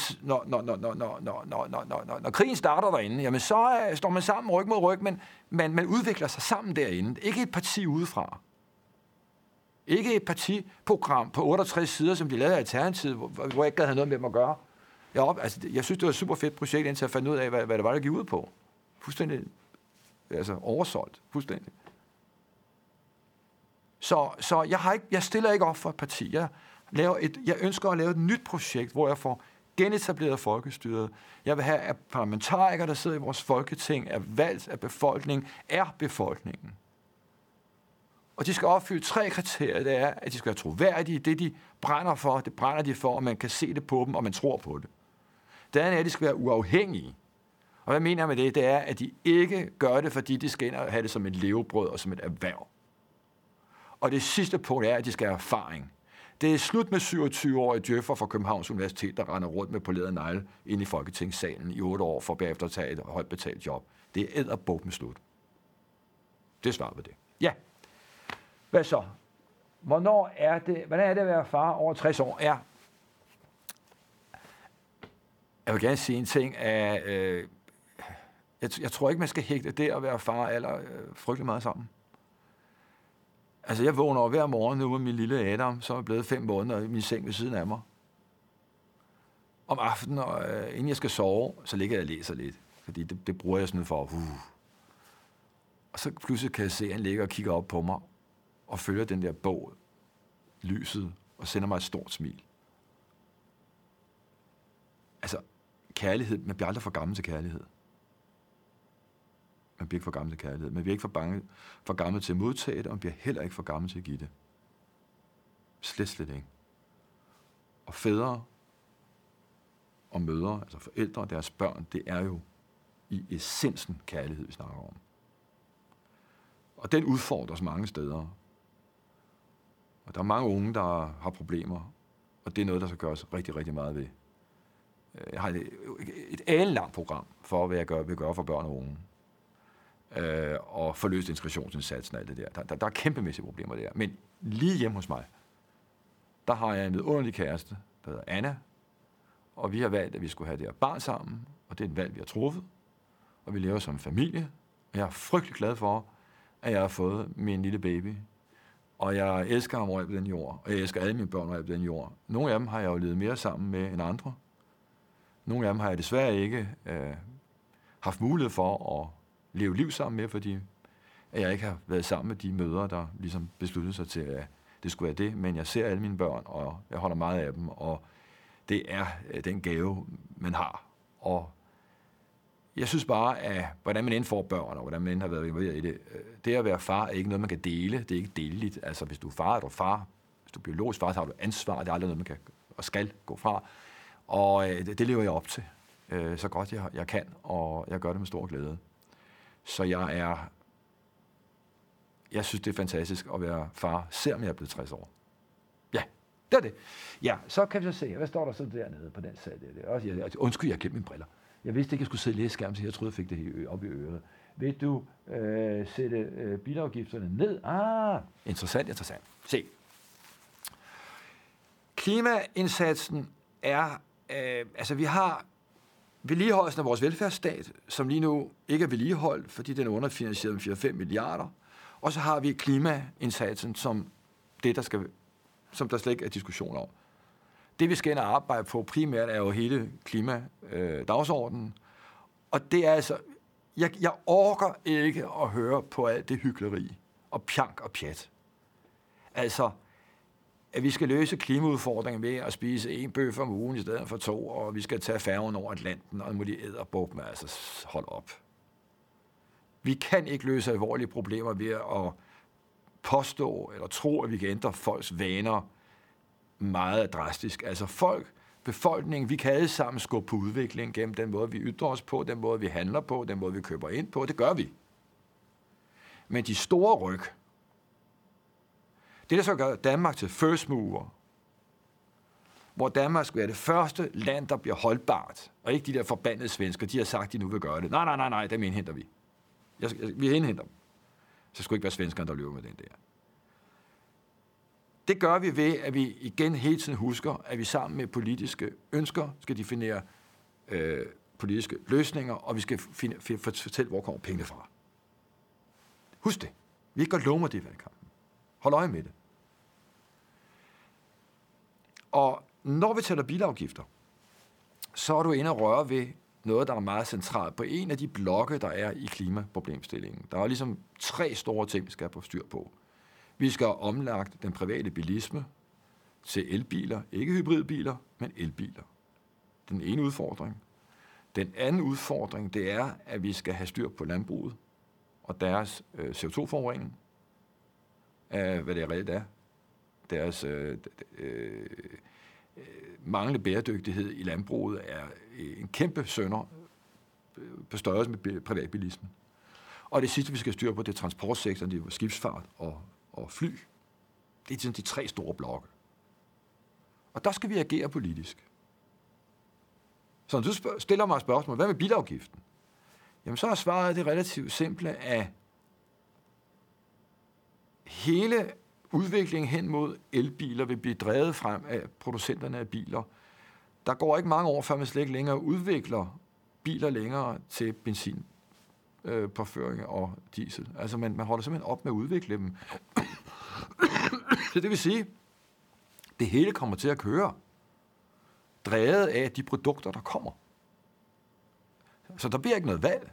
når krigen starter derinde, jamen så står man sammen ryg mod ryg, men man udvikler sig sammen derinde. Ikke et parti udefra. Ikke et partiprogram på 68 sider, som de lavede af Alternativet, hvor jeg ikke gad have noget med dem at gøre. Jeg synes, det var et super fedt projekt, indtil jeg fandt ud af, hvad det var, der gik ud på. Fuldstændig oversolgt. Fuldstændig. Så jeg stiller ikke op for et parti. Jeg ønsker at lave et nyt projekt, hvor jeg får genetableret folkestyret. Jeg vil have, at parlamentarikere, der sidder i vores folketing, er valgt af befolkningen, er befolkningen. Og de skal opfylde 3 kriterier. Det er, at de skal være troværdige. Det, de brænder for, det brænder de for, og man kan se det på dem, og man tror på det. Det andet er, at de skal være uafhængige. Og hvad mener jeg med det? Det er, at de ikke gør det, fordi de skal ind og have det som et levebrød og som et erhverv. Og det sidste punkt er, at de skal have erfaring. Det er slut med 27-årige djøffer fra Københavns Universitet, der render rundt med poleret negle ind i Folketingssalen i 8 år, for bagefter at tage et højt betalt job. Det er edderbuk med slut. Det svarer på det. Ja. Hvad så? Hvordan er det at være far over 60 år? Ja. Jeg vil gerne sige en ting. Jeg tror ikke, man skal hægte det at være far eller frygtelig meget sammen. Altså, jeg vågner over hver morgen nu med min lille Adam, som er blevet 5 måneder i min seng ved siden af mig. Om aftenen, inden jeg skal sove, så ligger jeg og læser lidt. Fordi det bruger jeg sådan for. Og så pludselig kan jeg se, at han ligger og kigger op på mig, og følger den der bog, lyset, og sender mig et stort smil. Altså, kærlighed, man bliver aldrig for gammel til kærlighed. Man bliver ikke for gammel til kærlighed. Man bliver ikke for gammel til at modtage det, og man bliver heller ikke for gammel til at give det. Slet ikke. Og fædre og mødre, altså forældre og deres børn, det er jo i essensen kærlighed, vi snakker om. Og den udfordres mange steder. Og der er mange unge, der har problemer, og det er noget, der skal gøres rigtig, rigtig meget ved. Jeg har et alenlangt program for, hvad jeg vil gøre for børn og unge. Og forløst integrationsindsatsen og alt det der. Der er kæmpemæssige problemer der. Men lige hjemme hos mig, der har jeg en vidunderlig kæreste, der hedder Anna, og vi har valgt, at vi skulle have det her barn sammen, og det er et valg, vi har truffet, og vi lever som en familie, og jeg er frygtelig glad for, at jeg har fået min lille baby, og jeg elsker ham over på den jord, og jeg elsker alle mine børn over på den jord. Nogle af dem har jeg jo levet mere sammen med end andre. Nogle af dem har jeg desværre ikke haft mulighed for at leve liv sammen med, fordi at jeg ikke har været sammen med de mødre, der ligesom besluttede sig til, at det skulle være det. Men jeg ser alle mine børn, og jeg holder meget af dem, og det er den gave, man har. Og jeg synes bare, at hvordan man end får børn, og hvordan man end har været involveret i det, det at være far er ikke noget, man kan dele. Det er ikke deleligt. Altså, hvis du er far, er du far. Hvis du er biologisk far, så har du ansvar. Det er aldrig noget, man kan og skal gå fra. Og det lever jeg op til. så godt jeg kan, og jeg gør det med stor glæde. Så jeg synes, det er fantastisk at være far, selvom jeg er blevet 60 år. Ja, det er det. Ja, så kan vi så se, hvad står der så dernede på den sag? Undskyld, jeg glemte mine briller. Jeg vidste ikke, jeg skulle sidde og læse skærmen, så jeg troede, jeg fik det op i øret. Vil du sætte bilafgifterne ned? Interessant. Se. Klimaindsatsen er, vi har vedligeholdelsen af vores velfærdsstat, som lige nu ikke er vedligeholdt, fordi den er underfinansieret med 4-5 milliarder. Og så har vi klimaindsatsen som det, som der slet ikke er diskussion om. Det, vi skal ind og arbejde på primært, er jo hele klimadagsordenen. Og det er altså... Jeg orker ikke at høre på alt det hykleri og pjank og pjat. Altså, at vi skal løse klimaudfordringen ved at spise 1 bøf om ugen i stedet for 2, og vi skal tage færgen over Atlanten, og nu må de edderbuk med, altså hold op. Vi kan ikke løse alvorlige problemer ved at påstå eller tro, at vi kan ændre folks vaner meget drastisk. Altså befolkningen, vi kan alle sammen skubbe på udviklingen gennem den måde, vi ytrer os på, den måde, vi handler på, den måde, vi køber ind på. Det gør vi. Men de store ryg, det der så gør Danmark til first mover, hvor Danmark skal være det første land, der bliver holdbart, og ikke de der forbandede svensker, de har sagt, de nu vil gøre det. Nej, dem indhenter vi. Vi indhenter dem. Så skulle ikke være svenskerne, der løber med den der. Det gør vi ved, at vi igen hele tiden husker, at vi sammen med politiske ønsker skal definere politiske løsninger, og vi skal fortælle, hvor kommer pengene fra. Husk det. Vi ikke godt love det i valgkampen. Hold øje med det. Og når vi taler bilafgifter, så er du inde og røre ved noget, der er meget centralt på en af de blokke, der er i klimaproblemstillingen. Der er ligesom 3 store ting, vi skal have på styr på. Vi skal have omlagt den private bilisme til elbiler, ikke hybridbiler, men elbiler. Den ene udfordring. Den anden udfordring, det er, at vi skal have styr på landbruget og deres CO2-forurening, hvad det reelt er. Deres manglende bæredygtighed i landbruget er en kæmpe synder på størrelse med privatbilismen. Og det sidste, vi skal styre på, det er transportsektoren, det er skibsfart og fly. Det er sådan de 3 store blokke. Og der skal vi agere politisk. Så når du stiller mig et spørgsmål, hvad med bilafgiften? Jamen så er svaret det relativt simple, at hele udviklingen hen mod elbiler vil blive drevet frem af producenterne af biler. Der går ikke mange år, før man slet ikke længere udvikler biler længere til benzin, påføring og diesel. Altså man holder simpelthen op med at udvikle dem. Så det vil sige, det hele kommer til at køre, drevet af de produkter, der kommer. Så der bliver ikke noget valg.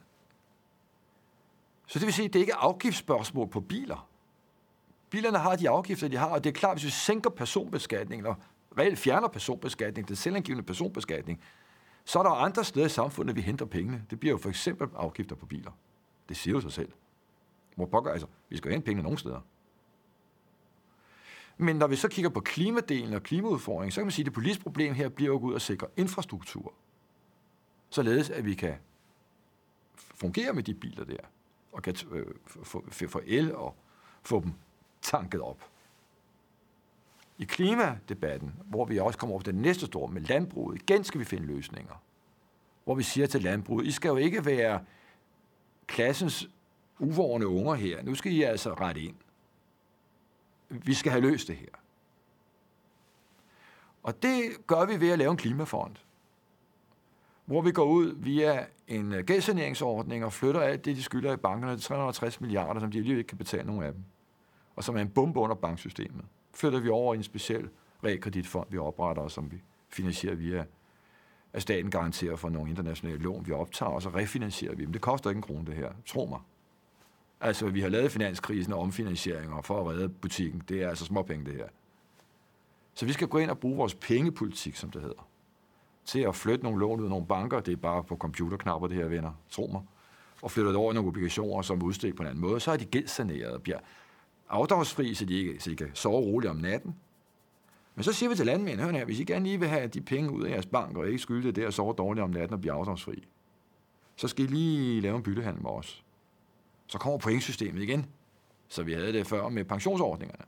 Så det vil sige, at det ikke er afgiftsspørgsmål på biler. Bilerne har de afgifter, de har, og det er klart, hvis vi sænker personbeskatningen, eller reelt fjerner personbeskatning, den selvangivende personbeskatning, så er der andre steder i samfundet, vi henter pengene. Det bliver jo for eksempel afgifter på biler. Det siger jo sig selv. Vi skal jo hente pengene nogle steder. Men når vi så kigger på klimadelen og klimaudfordringen, så kan man sige, at det politiske problem her bliver jo at gå ud og sikre infrastruktur, således at vi kan fungere med de biler der, og kan få el og få dem tanket op. I klimadebatten, hvor vi også kommer over den næste store med landbruget, igen skal vi finde løsninger. Hvor vi siger til landbruget, I skal jo ikke være klassens uvorne unger her. Nu skal I altså rette ind. Vi skal have løst det her. Og det gør vi ved at lave en klimafond, hvor vi går ud via en gældssaneringsordning og flytter alt det, de skylder i bankerne, 360 milliarder, som de alligevel ikke kan betale nogen af dem, og som er en bombe under banksystemet. Flytter vi over i en speciel realkreditfond, vi opretter, og som vi finansierer via, at staten garanterer for nogle internationale lån, vi optager, og så refinansierer vi dem. Det koster ikke en krone, det her. Tro mig. Altså, vi har lavet finanskrisen og omfinansieringer for at redde butikken. Det er altså småpenge, det her. Så vi skal gå ind og bruge vores pengepolitik, som det hedder, til at flytte nogle lån ud af nogle banker. Det er bare på computerknapper, det her, venner. Tro mig. Og flytter det over i nogle obligationer, som er udstedt på en anden måde. Så er de gældssaneret og bliver afdragsfri, så de kan sove roligt om natten. Men så siger vi til landmænd, hør her, hvis I gerne lige vil have de penge ud af jeres bank, og ikke skylde det der og sove dårligt om natten og blive afdragsfri, så skal I lige lave en byttehandel med os. Så kommer pointsystemet igen, så vi havde det før med pensionsordningerne.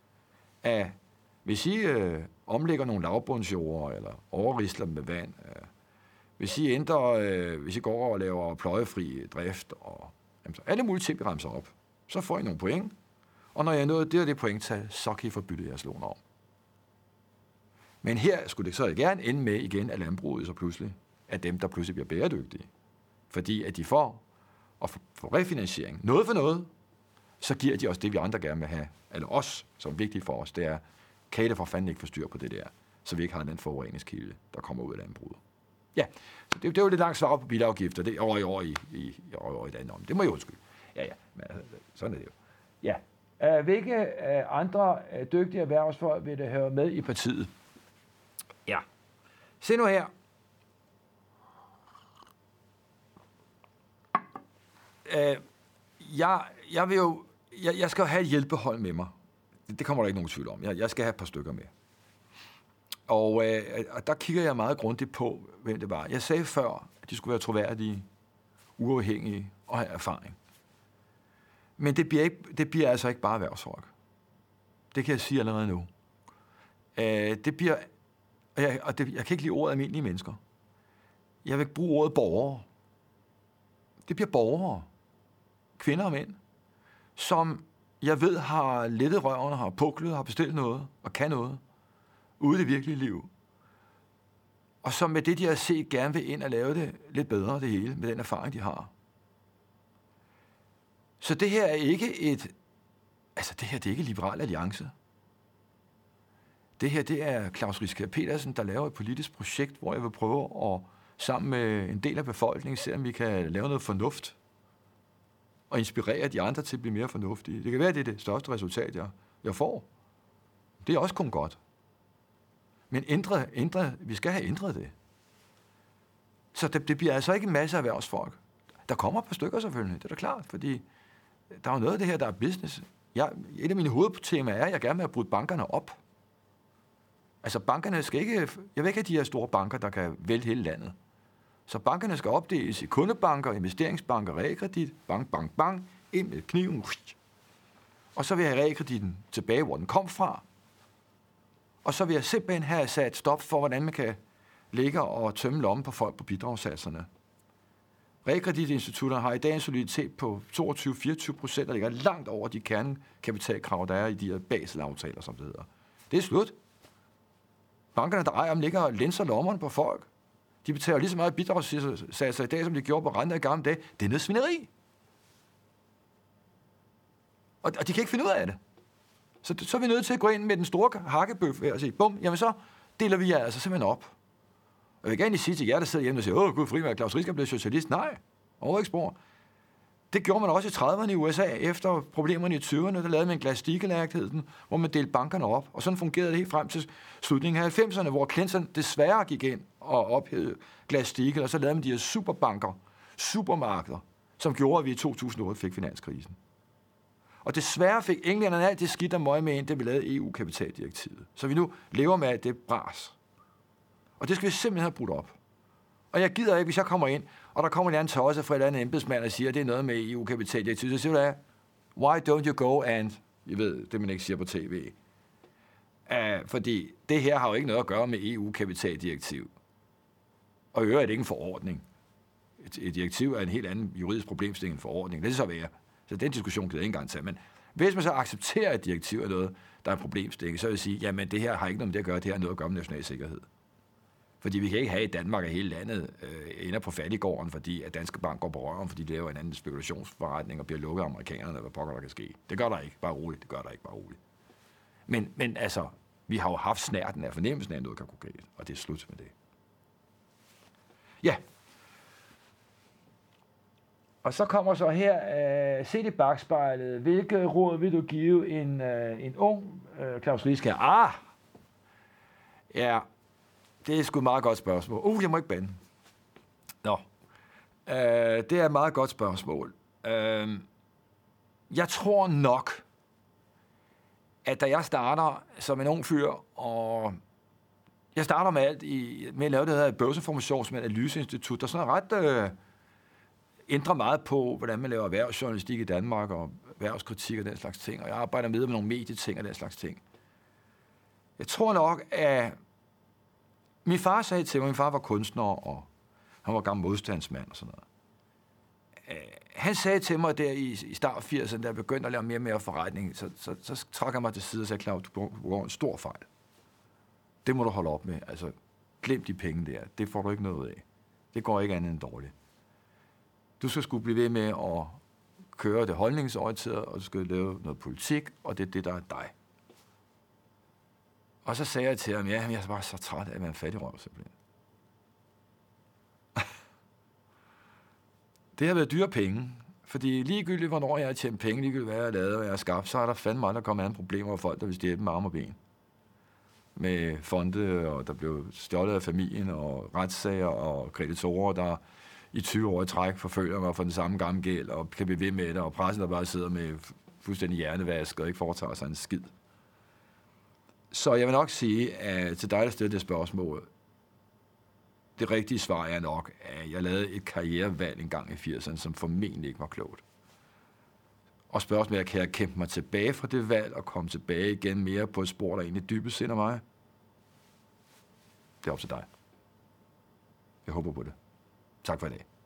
Hvis I omlægger nogle lavbundsjord, eller overrisler dem med vand, hvis I hvis I går og laver pløjefri drift, og så alle mulige ting, vi remser op, så får I nogle point, og når jeg er nået det pointtal, så kan I få byttet jeres lån om. Men her skulle det så gerne ende med igen, at landbruget så pludselig er dem, der pludselig bliver bæredygtige. Fordi at de får refinansiering, noget for noget, så giver de os det, vi andre gerne vil have, eller os, som er vigtigt for os, det er, kan det for fanden ikke få styr på det der, så vi ikke har den forureningskilde, der kommer ud af landbruget. Ja, så det er jo lidt langt svar på bilafgifter, det er over i et andet om. Det må jeg undskylde. Ja, men sådan er det jo. Ja. Hvilke andre dygtige erhvervsfolk vil det høre med i partiet? Ja. Se nu her. Jeg skal jo have et hjælpehold med mig. Det kommer der ikke nogen tvivl om. Jeg skal have et par stykker med. Og der kigger jeg meget grundigt på, hvem det var. Jeg sagde før, at de skulle være troværdige, uafhængige og have erfaring. Men det bliver altså ikke bare erhvervsfolk. Det kan jeg sige allerede nu. Det bliver, jeg kan ikke lide ordet almindelige mennesker. Jeg vil ikke bruge ordet borgere. Det bliver borgere, kvinder og mænd, som jeg ved har lettet røven, har puklet, har bestilt noget og kan noget ude i det virkelige liv. Og som med det, de har set, gerne vil ind og lave det lidt bedre, det hele, med den erfaring, de har. Så det her er ikke det er ikke Liberal Alliance. Det her, det er Klaus Riskær Pedersen, der laver et politisk projekt, hvor jeg vil prøve at sammen med en del af befolkningen se, om vi kan lave noget fornuft og inspirere de andre til at blive mere fornuftige. Det kan være, at det er det største resultat, jeg får. Det er også kun godt. Men vi skal have ændret det. Så det bliver altså ikke en masse erhvervsfolk. Der kommer et par stykker selvfølgelig, det er da klart, fordi der er jo noget af det her, der er business. Et af mine hovedtemaer er, at jeg gerne vil have brudt bankerne op. Altså bankerne skal ikke, jeg vil ikke have de her store banker, der kan vælte hele landet. Så bankerne skal opdeles i kundebanker, investeringsbanker, realkredit, bank, ind med kniven. Og så vil jeg have realkreditten tilbage, hvor den kom fra. Og så vil jeg simpelthen have sat stop for, hvordan man kan ligge og tømme lommen på folk på bidragssatserne. Realkreditinstitutter har i dag en soliditet på 22-24%, der ligger langt over de kernekapitalkrav, der er i de her Basel-aftaler, som det hedder. Det er slut. Bankerne, der ejer dem, ligger og lænser lommerne på folk. De betaler lige så meget bidragssatser i dag, som de gjorde på renter i gamle dage. Det er noget svineri. Og de kan ikke finde ud af det. Så er vi nødt til at gå ind med den store hakkebøf og sige, bum, jamen så deler vi jer altså simpelthen op. Og jeg vil gerne lige sige til jer, der sidder hjemme og siger, gud fri, Klaus Riskær blev socialist. Nej, overhovedet ikke spor. Det gjorde man også i 30'erne i USA, efter problemerne i 20'erne, der lavede man Glass-Steagall-Act, hvor man delte bankerne op. Og sådan fungerede det helt frem til slutningen af 90'erne, hvor Clinton desværre gik ind og ophævede Glass-Steagall, og så lavede man de her superbanker, supermarkeder, som gjorde, at vi i 2008 fik finanskrisen. Og desværre fik englænderne alt det skidt og møg med ind, det vi lavede EU-kapitaldirektivet. Så vi nu lever med alt det bras. Og det skal vi simpelthen have brudt op. Og jeg gider ikke, hvis jeg kommer ind, og der kommer en anden tosser fra et eller andet embedsmand og siger, at det er noget med EU-kapitaldirektivet, så siger du da, why don't you go and, I ved, det man ikke siger på tv. Fordi det her har jo ikke noget at gøre med EU-kapitaldirektiv. Og i øvrigt er det ikke en forordning. Et direktiv er en helt anden juridisk problemstilling end forordning. Det er så være. Så den diskussion kan jeg ikke engang tage. Men hvis man så accepterer, at direktiv er noget, der er en problemstilling, så vil jeg sige, jamen det her har ikke noget med det at gøre, det her har noget at gøre med national sikkerhed. Fordi vi kan ikke have i Danmark, at hele landet ender på fattiggården, fordi at Danske Bank går på røven, fordi det laver en anden spekulationsforretning og bliver lukket af amerikanerne, hvad pokker der kan ske. Det gør der ikke, bare roligt. Det gør der ikke, bare roligt. Men altså, vi har jo haft snærten af fornemmelsen af, at noget kan gå galt, og det er slut med det. Ja. Og så kommer så her, set i bagspejlet, hvilke råd vil du give en ung Klaus Riskær? Ja, det er sgu et meget godt spørgsmål. Jeg må ikke bande. Nå. Det er et meget godt spørgsmål. Jeg tror nok, at da jeg starter som en ung fyr, og jeg starter med alt med at lave det her Børsinformation som et analyseinstitut, der sådan ret ændrer meget på, hvordan man laver erhvervsjournalistik i Danmark, og erhvervskritik og den slags ting, og jeg arbejder med nogle medieting og den slags ting. Jeg tror nok, at min far sagde til mig, min far var kunstner, og han var gammel modstandsmand og sådan noget. Han sagde til mig der i start 80'erne, da jeg begyndte at lave mere og mere forretning, så trak jeg mig til side og sagde, Claus, du går en stor fejl. Det må du holde op med. Altså, glem de penge der. Det får du ikke noget af. Det går ikke andet end dårligt. Du skal sgu blive ved med at køre det holdningsorienterede, og du skal lave noget politik, og det er det, der er dig. Og så sagde jeg til ham, ja, jeg er bare så træt af at være en fattigrøv, simpelthen. Det har været dyre penge, fordi ligegyldigt, hvornår jeg har tjent penge, ligegyldigt, hvad jeg har lavet, og jeg har skabt, så er der fandme aldrig kommet andre problemer af folk, der vil stjæle med arme og ben. Med fonde, og der blev stjålet af familien, og retssager, og kreditorer, der i 20 år i træk forfølger mig for den samme gamle gæld, og kan blive ved med det, og pressen, der bare sidder med fuldstændig hjernevask, og ikke foretager sig en skid. Så jeg vil nok sige, at til dig, der stiller det spørgsmål, det rigtige svar er nok, at jeg lavede et karrierevalg en gang i 80'erne, som formentlig ikke var klogt. Og spørgsmålet er, kan jeg kæmpe mig tilbage fra det valg, og komme tilbage igen mere på et spor, der egentlig dybest sind af mig? Det er op til dig. Jeg håber på det. Tak for i dag.